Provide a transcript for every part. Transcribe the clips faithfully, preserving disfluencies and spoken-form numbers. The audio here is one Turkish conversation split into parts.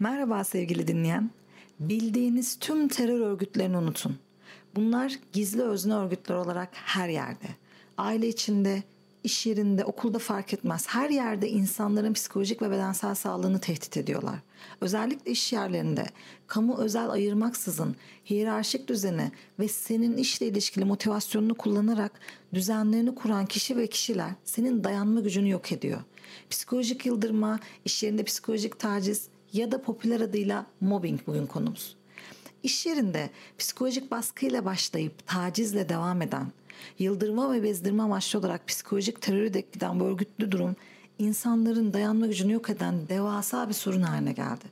Merhaba sevgili dinleyen. Bildiğiniz tüm terör örgütlerini unutun. Bunlar gizli özne örgütler olarak her yerde. Aile içinde, iş yerinde, okulda fark etmez. Her yerde insanların psikolojik ve bedensel sağlığını tehdit ediyorlar. Özellikle iş yerlerinde kamu özel ayırmaksızın hiyerarşik düzeni ve senin işle ilişkili motivasyonunu kullanarak düzenlerini kuran kişi ve kişiler senin dayanma gücünü yok ediyor. Psikolojik yıldırma, iş yerinde psikolojik taciz ya da popüler adıyla mobbing bugün konumuz. İş yerinde psikolojik baskıyla başlayıp tacizle devam eden, yıldırma ve bezdirme amaçlı olarak psikolojik terörü de giden bu örgütlü durum insanların dayanma gücünü yok eden devasa bir sorun haline geldi.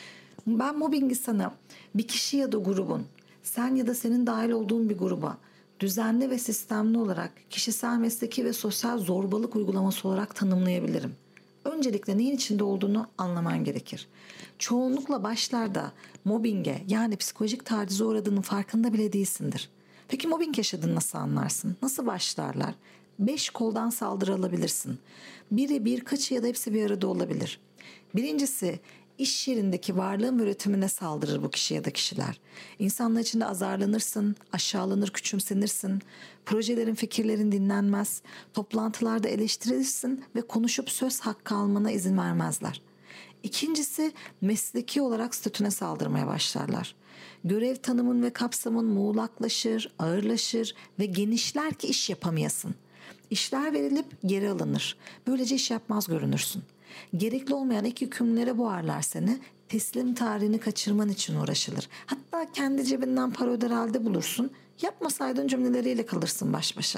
Ben mobbingi sana bir kişi ya da grubun, sen ya da senin dahil olduğun bir gruba düzenli ve sistemli olarak kişisel, mesleki ve sosyal zorbalık uygulaması olarak tanımlayabilirim. Öncelikle neyin içinde olduğunu anlaman gerekir. Çoğunlukla başlarda mobbinge yani psikolojik tacize uğradığının farkında bile değilsindir. Peki mobbing yaşadığını nasıl anlarsın? Nasıl başlarlar? Beş koldan saldırı alabilirsin. Biri, birkaçı ya da hepsi bir arada olabilir. Birincisi, İş yerindeki varlığın ve üretimine saldırır bu kişi ya da kişiler. İnsanlar içinde azarlanırsın, aşağılanır, küçümsenirsin, projelerin, fikirlerin dinlenmez, toplantılarda eleştirilirsin ve konuşup söz hakkı almana izin vermezler. İkincisi, mesleki olarak statüne saldırmaya başlarlar. Görev tanımın ve kapsamın muğlaklaşır, ağırlaşır ve genişler ki iş yapamayasın. İşler verilip geri alınır. Böylece iş yapmaz görünürsün. Gerekli olmayan ek yükümlere boğarlar seni, teslim tarihini kaçırman için uğraşılır. Hatta kendi cebinden para öder halde bulursun, yapmasaydın cümleleriyle kalırsın baş başa.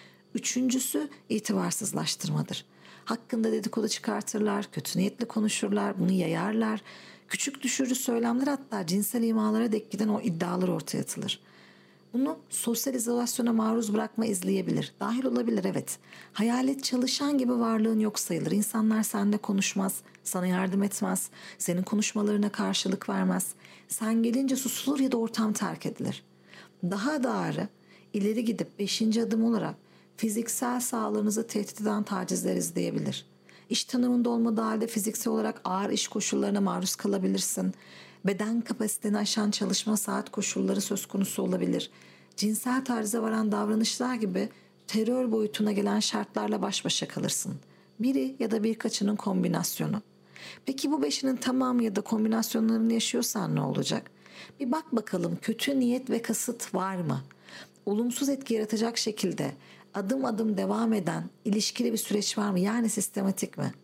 Üçüncüsü itibarsızlaştırmadır. Hakkında dedikodu çıkartırlar, kötü niyetli konuşurlar, bunu yayarlar. Küçük düşürücü söylemler, hatta cinsel imalara dek giden o iddialar ortaya atılır. Bunu sosyal izolasyona maruz bırakma izleyebilir. Dahil olabilir, evet. Hayalet çalışan gibi varlığın yok sayılır. İnsanlar seninle konuşmaz, sana yardım etmez, senin konuşmalarına karşılık vermez. Sen gelince susulur ya da ortam terk edilir. Daha da ağırı, ileri gidip beşinci adım olarak fiziksel sağlığınızı tehdit eden tacizler izleyebilir. İş tanımında olmadığı halde fiziksel olarak ağır iş koşullarına maruz kalabilirsin. Beden kapasiteni aşan çalışma saat koşulları söz konusu olabilir. Cinsel tacize varan davranışlar gibi terör boyutuna gelen şartlarla baş başa kalırsın. Biri ya da birkaçının kombinasyonu. Peki bu beşinin tamamı ya da kombinasyonlarını yaşıyorsan ne olacak? Bir bak bakalım, kötü niyet ve kasıt var mı? Olumsuz etki yaratacak şekilde adım adım devam eden ilişkili bir süreç var mı? Yani sistematik mi?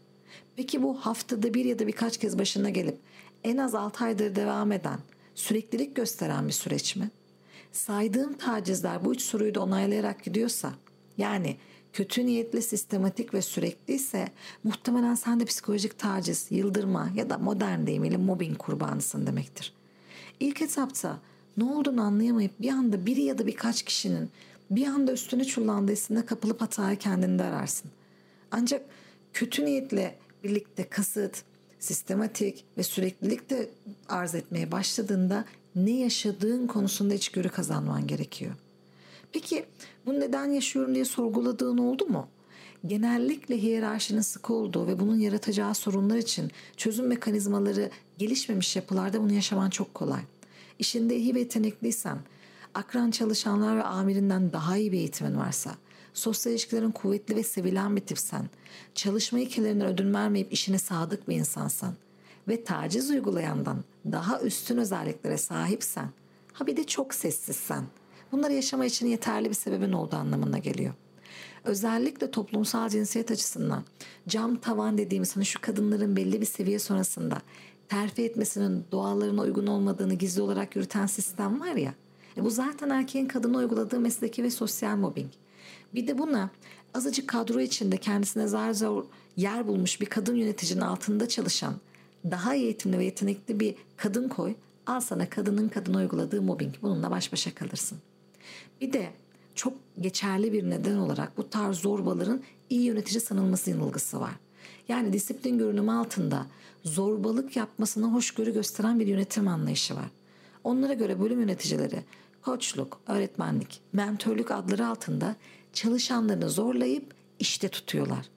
Peki bu haftada bir ya da birkaç kez başına gelip en az altı aydır devam eden, süreklilik gösteren bir süreç mi? Saydığım tacizler bu üç soruyu da onaylayarak gidiyorsa, yani kötü niyetli, sistematik ve sürekli ise muhtemelen sen de psikolojik taciz, yıldırma ya da modern deyimiyle mobbing kurbanısın demektir. İlk etapta ne olduğunu anlayamayıp bir anda biri ya da birkaç kişinin bir anda üstüne çullandığı hissine kapılıp hatayı kendinde ararsın. Ancak kötü niyetle birlikte kasıt, sistematik ve süreklilik de arz etmeye başladığında ne yaşadığın konusunda içgörü kazanman gerekiyor. Peki bunu neden yaşıyorum diye sorguladığın oldu mu? Genellikle hiyerarşinin sıkı olduğu ve bunun yaratacağı sorunlar için çözüm mekanizmaları gelişmemiş yapılarda bunu yaşaman çok kolay. İşinde iyi ve yetenekliysen, akran çalışanlar ve amirinden daha iyi bir eğitimin varsa, sosyal ilişkilerin kuvvetli ve sevilen bir tipsen, çalışma ilkelerinden ödün vermeyip işine sadık bir insansan ve taciz uygulayandan daha üstün özelliklere sahipsen, ha bir de çok sessizsen, bunları yaşama için yeterli bir sebebin olduğu anlamına geliyor. Özellikle toplumsal cinsiyet açısından cam tavan dediğimiz, hani şu kadınların belli bir seviye sonrasında terfi etmesinin doğallarına uygun olmadığını gizli olarak yürüten sistem var ya, e bu zaten erkeğin kadına uyguladığı mesleki ve sosyal mobbing. Bir de buna azıcık kadro içinde kendisine zar zor yer bulmuş bir kadın yöneticinin altında çalışan daha eğitimli ve yetenekli bir kadın koy, al sana kadının kadına uyguladığı mobbing, bununla baş başa kalırsın. Bir de çok geçerli bir neden olarak bu tarz zorbaların iyi yönetici sanılması yanılgısı var. Yani disiplin görünümü altında zorbalık yapmasına hoşgörü gösteren bir yönetim anlayışı var. Onlara göre bölüm yöneticileri koçluk, öğretmenlik, mentörlük adları altında çalışanlarını zorlayıp işte tutuyorlar.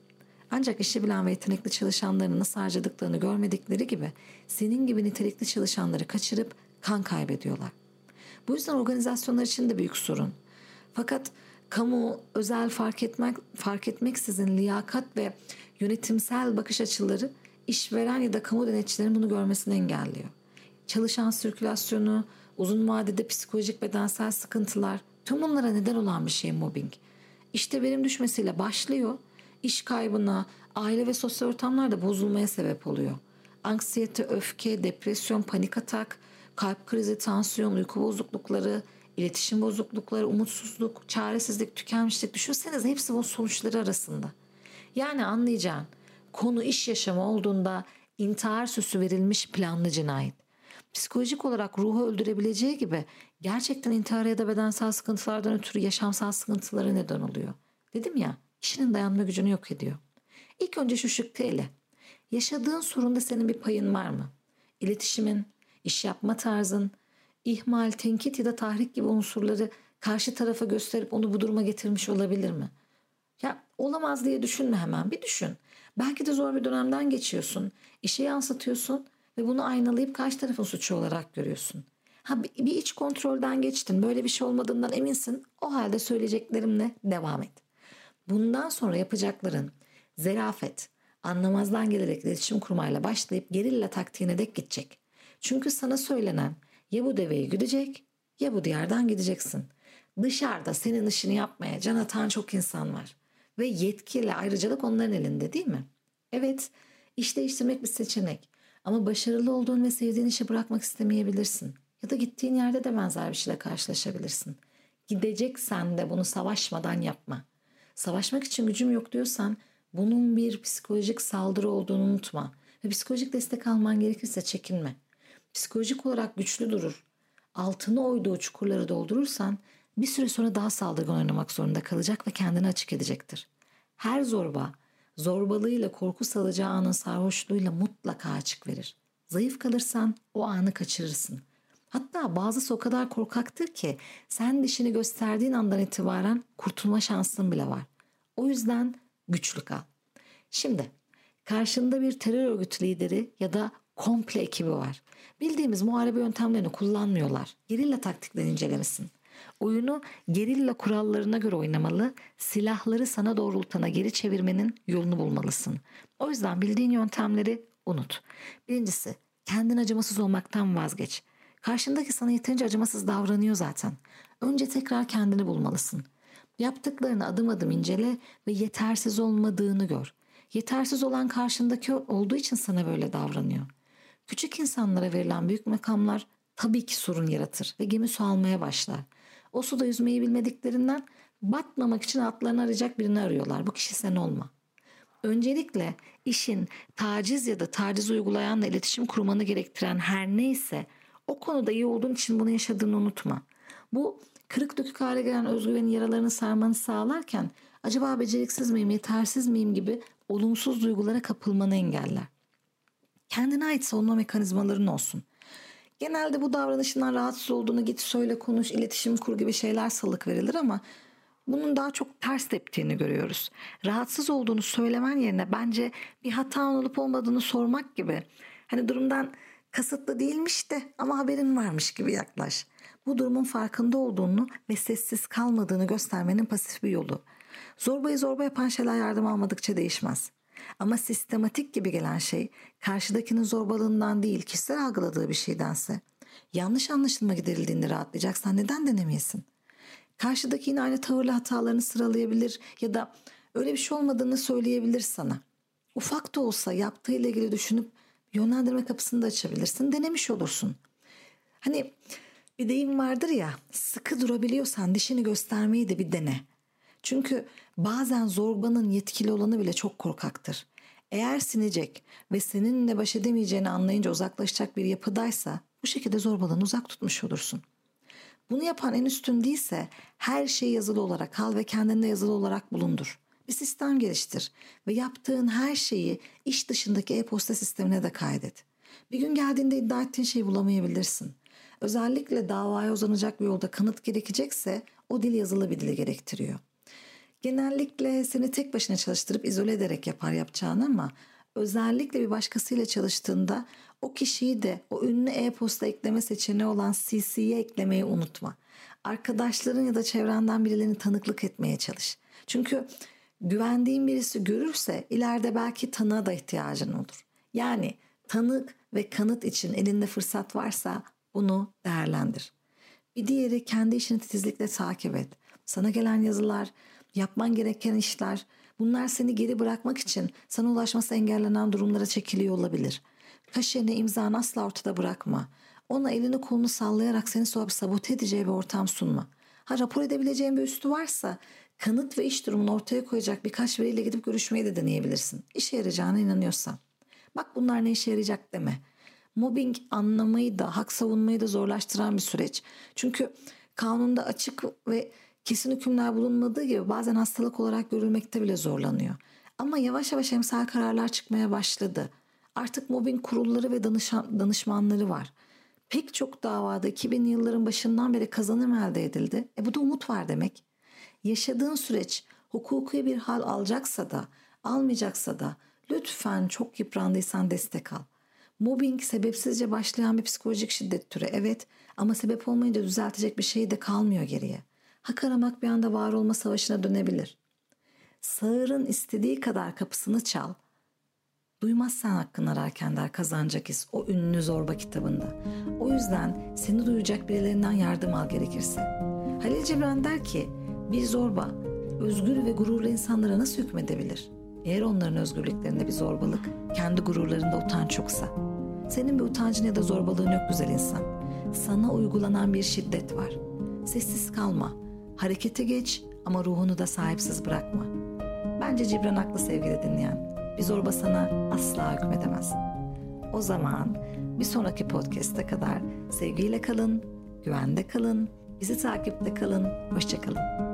Ancak işi bilen ve yetenekli çalışanların nasıl harcadıklarını görmedikleri gibi senin gibi nitelikli çalışanları kaçırıp kan kaybediyorlar. Bu yüzden organizasyonlar için de büyük sorun. Fakat kamu, özel fark etmek fark etmeksizin liyakat ve yönetimsel bakış açıları işveren ya da kamu denetçilerin bunu görmesini engelliyor. Çalışan sirkülasyonu, uzun vadede psikolojik bedensel sıkıntılar, tüm bunlara neden olan bir şey mobbing. İşte verim düşmesiyle başlıyor, iş kaybına, aile ve sosyal ortamlarda bozulmaya sebep oluyor. Anksiyete, öfke, depresyon, panik atak, kalp krizi, tansiyon, uyku bozuklukları, iletişim bozuklukları, umutsuzluk, çaresizlik, tükenmişlik, düşünsenize hepsi bunun sonuçları arasında. Yani anlayacağın, konu iş yaşamı olduğunda intihar süsü verilmiş planlı cinayet. Psikolojik olarak ruhu öldürebileceği gibi gerçekten intihar ya da bedensel sıkıntılardan ötürü yaşamsal sıkıntılara neden oluyor. Dedim ya, kişinin dayanma gücünü yok ediyor. İlk önce şu şıkkı ele. Yaşadığın sorunda senin bir payın var mı? İletişimin, iş yapma tarzın, ihmal, tenkit ya da tahrik gibi unsurları karşı tarafa gösterip onu bu duruma getirmiş olabilir mi? Ya olamaz diye düşünme hemen. Bir düşün. Belki de zor bir dönemden geçiyorsun. İşe yansıtıyorsun ve bunu aynalayıp karşı tarafın suçu olarak görüyorsun. Ha bir, bir iç kontrolden geçtin. Böyle bir şey olmadığından eminsin. O halde söyleyeceklerimle devam et. Bundan sonra yapacakların zerafet, anlamazdan gelerek iletişim kurmayla başlayıp gerilla taktiğine dek gidecek. Çünkü sana söylenen ya bu deveyi güdecek ya bu diyardan gideceksin. Dışarıda senin işini yapmaya can atan çok insan var. Ve yetkiyle ayrıcalık onların elinde değil mi? Evet, iş değiştirmek bir seçenek. Ama başarılı olduğun ve sevdiğin işi bırakmak istemeyebilirsin. Ya da gittiğin yerde de benzer bir şeyle karşılaşabilirsin. Gideceksen de bunu savaşmadan yapma. Savaşmak için gücüm yok diyorsan bunun bir psikolojik saldırı olduğunu unutma. Ve psikolojik destek alman gerekirse çekinme. Psikolojik olarak güçlü durur. Altını oyduğu çukurları doldurursan bir süre sonra daha saldırgan oynamak zorunda kalacak ve kendini açık edecektir. Her zorba, zorbalığıyla korku salacağı anın sarhoşluğuyla mutlaka açık verir. Zayıf kalırsan o anı kaçırırsın. Hatta bazısı o kadar korkaktır ki sen dişini gösterdiğin andan itibaren kurtulma şansın bile var. O yüzden güçlü kal. Şimdi karşında bir terör örgütü lideri ya da komple ekibi var. Bildiğimiz muharebe yöntemlerini kullanmıyorlar. Gerilla taktiklerini incelemesin. Oyunu gerilla kurallarına göre oynamalı, silahları sana doğrultana geri çevirmenin yolunu bulmalısın. O yüzden bildiğin yöntemleri unut. Birincisi, kendin acımasız olmaktan vazgeç. Karşındaki sana yeterince acımasız davranıyor zaten. Önce tekrar kendini bulmalısın. Yaptıklarını adım adım incele ve yetersiz olmadığını gör. Yetersiz olan karşındaki olduğu için sana böyle davranıyor. Küçük insanlara verilen büyük makamlar tabii ki sorun yaratır ve gemi su almaya başlar. O suda yüzmeyi bilmediklerinden batmamak için atlarını arayacak birini arıyorlar. Bu kişi sen olma. Öncelikle işin taciz ya da taciz uygulayanla iletişim kurmanı gerektiren her neyse o konuda iyi olduğun için bunu yaşadığını unutma. Bu kırık dökük hale gelen özgüvenin yaralarını sarmanı sağlarken acaba beceriksiz miyim, yetersiz miyim gibi olumsuz duygulara kapılmanı engeller. Kendine ait savunma mekanizmaların olsun. Genelde bu davranışından rahatsız olduğunu git söyle konuş, iletişim kur gibi şeyler salık verilir ama bunun daha çok ters teptiğini görüyoruz. Rahatsız olduğunu söylemen yerine bence bir hata olup olmadığını sormak gibi. Hani durumdan kasıtlı değilmiş de ama haberin varmış gibi yaklaş. Bu durumun farkında olduğunu ve sessiz kalmadığını göstermenin pasif bir yolu. Zorbayı zorba yapan şeyler yardım almadıkça değişmez. Ama sistematik gibi gelen şey karşıdakinin zorbalığından değil kişisel algıladığı bir şeydense yanlış anlaşılma giderildiğinde rahatlayacaksan neden denemeyesin? Karşıdaki yine aynı tavırla hatalarını sıralayabilir ya da öyle bir şey olmadığını söyleyebilir sana. Ufak da olsa yaptığıyla ilgili düşünüp yönlendirme kapısını da açabilirsin, denemiş olursun. Hani bir deyim vardır ya, sıkı durabiliyorsan dişini göstermeyi de bir dene. Çünkü bazen zorbanın yetkili olanı bile çok korkaktır. Eğer sinecek ve seninle baş edemeyeceğini anlayınca uzaklaşacak bir yapıdaysa bu şekilde zorbalığını uzak tutmuş olursun. Bunu yapan en üstün değilse her şeyi yazılı olarak al ve kendinde yazılı olarak bulundur. Bir sistem geliştir ve yaptığın her şeyi iş dışındaki e-posta sistemine de kaydet. Bir gün geldiğinde iddia ettiğin şeyi bulamayabilirsin. Özellikle davaya uzanacak bir yolda kanıt gerekecekse o dil yazılı bir dili gerektiriyor. Genellikle seni tek başına çalıştırıp izole ederek yapar yapacağını ama özellikle bir başkasıyla çalıştığında o kişiyi de o ünlü e-posta ekleme seçeneği olan C C'ye eklemeyi unutma. Arkadaşların ya da çevrenden birilerini tanıklık etmeye çalış. Çünkü güvendiğin birisi görürse ileride belki tanığa da ihtiyacın olur. Yani tanık ve kanıt için elinde fırsat varsa bunu değerlendir. Bir diğeri kendi işini titizlikle takip et. Sana gelen yazılar, yapman gereken işler, bunlar seni geri bırakmak için sana ulaşması engellenen durumlara çekiliyor olabilir. Kaşeni, imzanı asla ortada bırakma. Ona elini kolunu sallayarak seni sabote edeceği bir ortam sunma. Ha, rapor edebileceğin bir üstü varsa kanıt ve iş durumunu ortaya koyacak birkaç veriyle gidip görüşmeyi de deneyebilirsin. İşe yarayacağına inanıyorsan. Bak bunlar ne işe yarayacak deme. Mobbing anlamayı da hak savunmayı da zorlaştıran bir süreç. Çünkü kanunda açık ve kesin hükümler bulunmadığı gibi bazen hastalık olarak görülmekte bile zorlanıyor. Ama yavaş yavaş emsal kararlar çıkmaya başladı. Artık mobbing kurulları ve danışan, danışmanları var. Pek çok davada iki binli yılların başından beri kazanım elde edildi. E bu da umut var demek. Yaşadığın süreç hukuki bir hal alacaksa da almayacaksa da lütfen çok yıprandıysan destek al. Mobbing sebepsizce başlayan bir psikolojik şiddet türü, evet, ama sebep olmayınca düzeltecek bir şey de kalmıyor geriye. Hak aramak bir anda var olma savaşına dönebilir. Sağırın istediği kadar kapısını çal. Duymazsan hakkını ararken der Kazancakis o ünlü Zorba kitabında. O yüzden seni duyacak birilerinden yardım al gerekirse. Halil Cibran der ki bir zorba özgür ve gururlu insanlara nasıl hükmedebilir? Eğer onların özgürlüklerinde bir zorbalık, kendi gururlarında utanç yoksa. Senin bir utancın ya da zorbalığın yok güzel insan. Sana uygulanan bir şiddet var. Sessiz kalma. Harekete geç ama ruhunu da sahipsiz bırakma. Bence Cibran haklı sevgili dinleyen. Bir zorba sana asla hükmedemez. O zaman bir sonraki podcast'e kadar sevgiyle kalın, güvende kalın, bizi takipte kalın, hoşça kalın.